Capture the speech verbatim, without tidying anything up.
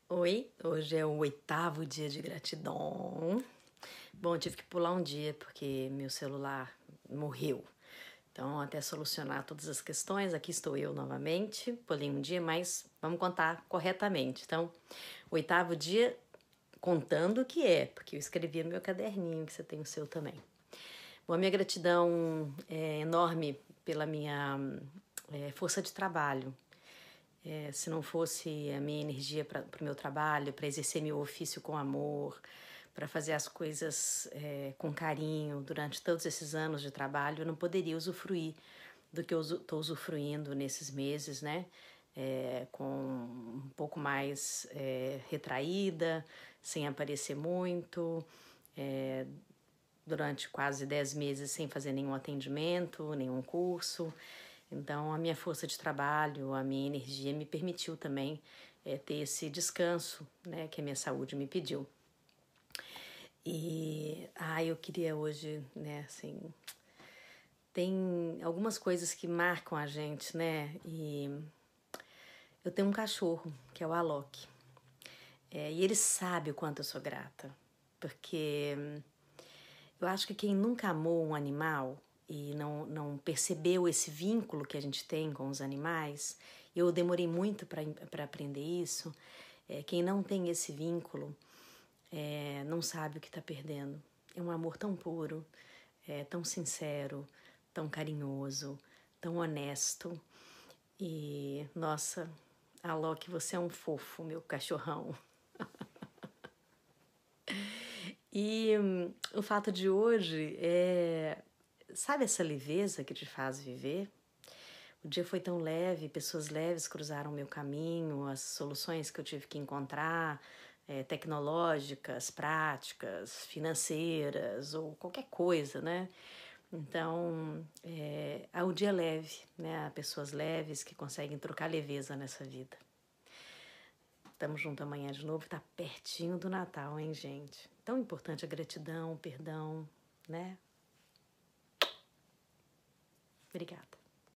Oi, hoje é o oitavo dia de gratidão. Bom, eu tive que pular um dia porque meu celular morreu. Então, até solucionar todas as questões, aqui estou eu novamente. Pulei um dia, mas vamos contar corretamente. Então, oitavo dia, contando o que é, porque eu escrevi no meu caderninho, que você tem o seu também. Bom, a minha gratidão é enorme pela minha é, força de trabalho. É, se não fosse a minha energia para o meu trabalho, para exercer meu ofício com amor, para fazer as coisas é, com carinho durante todos esses anos de trabalho, eu não poderia usufruir do que eu estou usufruindo nesses meses, né? É, com um pouco mais é, retraída, sem aparecer muito, é, durante quase dez meses sem fazer nenhum atendimento, nenhum curso. Então, a minha força de trabalho, a minha energia me permitiu também é, ter esse descanso, né, que a minha saúde me pediu. E, ah, eu queria hoje, né, assim, tem algumas coisas que marcam a gente, né, e eu tenho um cachorro, que é o Alok, é, e ele sabe o quanto eu sou grata, porque eu acho que quem nunca amou um animal e não, não percebeu esse vínculo que a gente tem com os animais, eu demorei muito para aprender isso, é, quem não tem esse vínculo é, não sabe o que está perdendo. É um amor tão puro, é, tão sincero, tão carinhoso, tão honesto. E, nossa, Alok, você é um fofo, meu cachorrão. E hum, o fato de hoje é... Sabe essa leveza que te faz viver? O dia foi tão leve, pessoas leves cruzaram meu caminho, as soluções que eu tive que encontrar, é, tecnológicas, práticas, financeiras ou qualquer coisa, né? Então, é, há o dia leve, né? Há pessoas leves que conseguem trocar leveza nessa vida. Estamos juntos amanhã de novo, tá pertinho do Natal, hein, gente? Tão importante a gratidão, o perdão, né? Obrigada.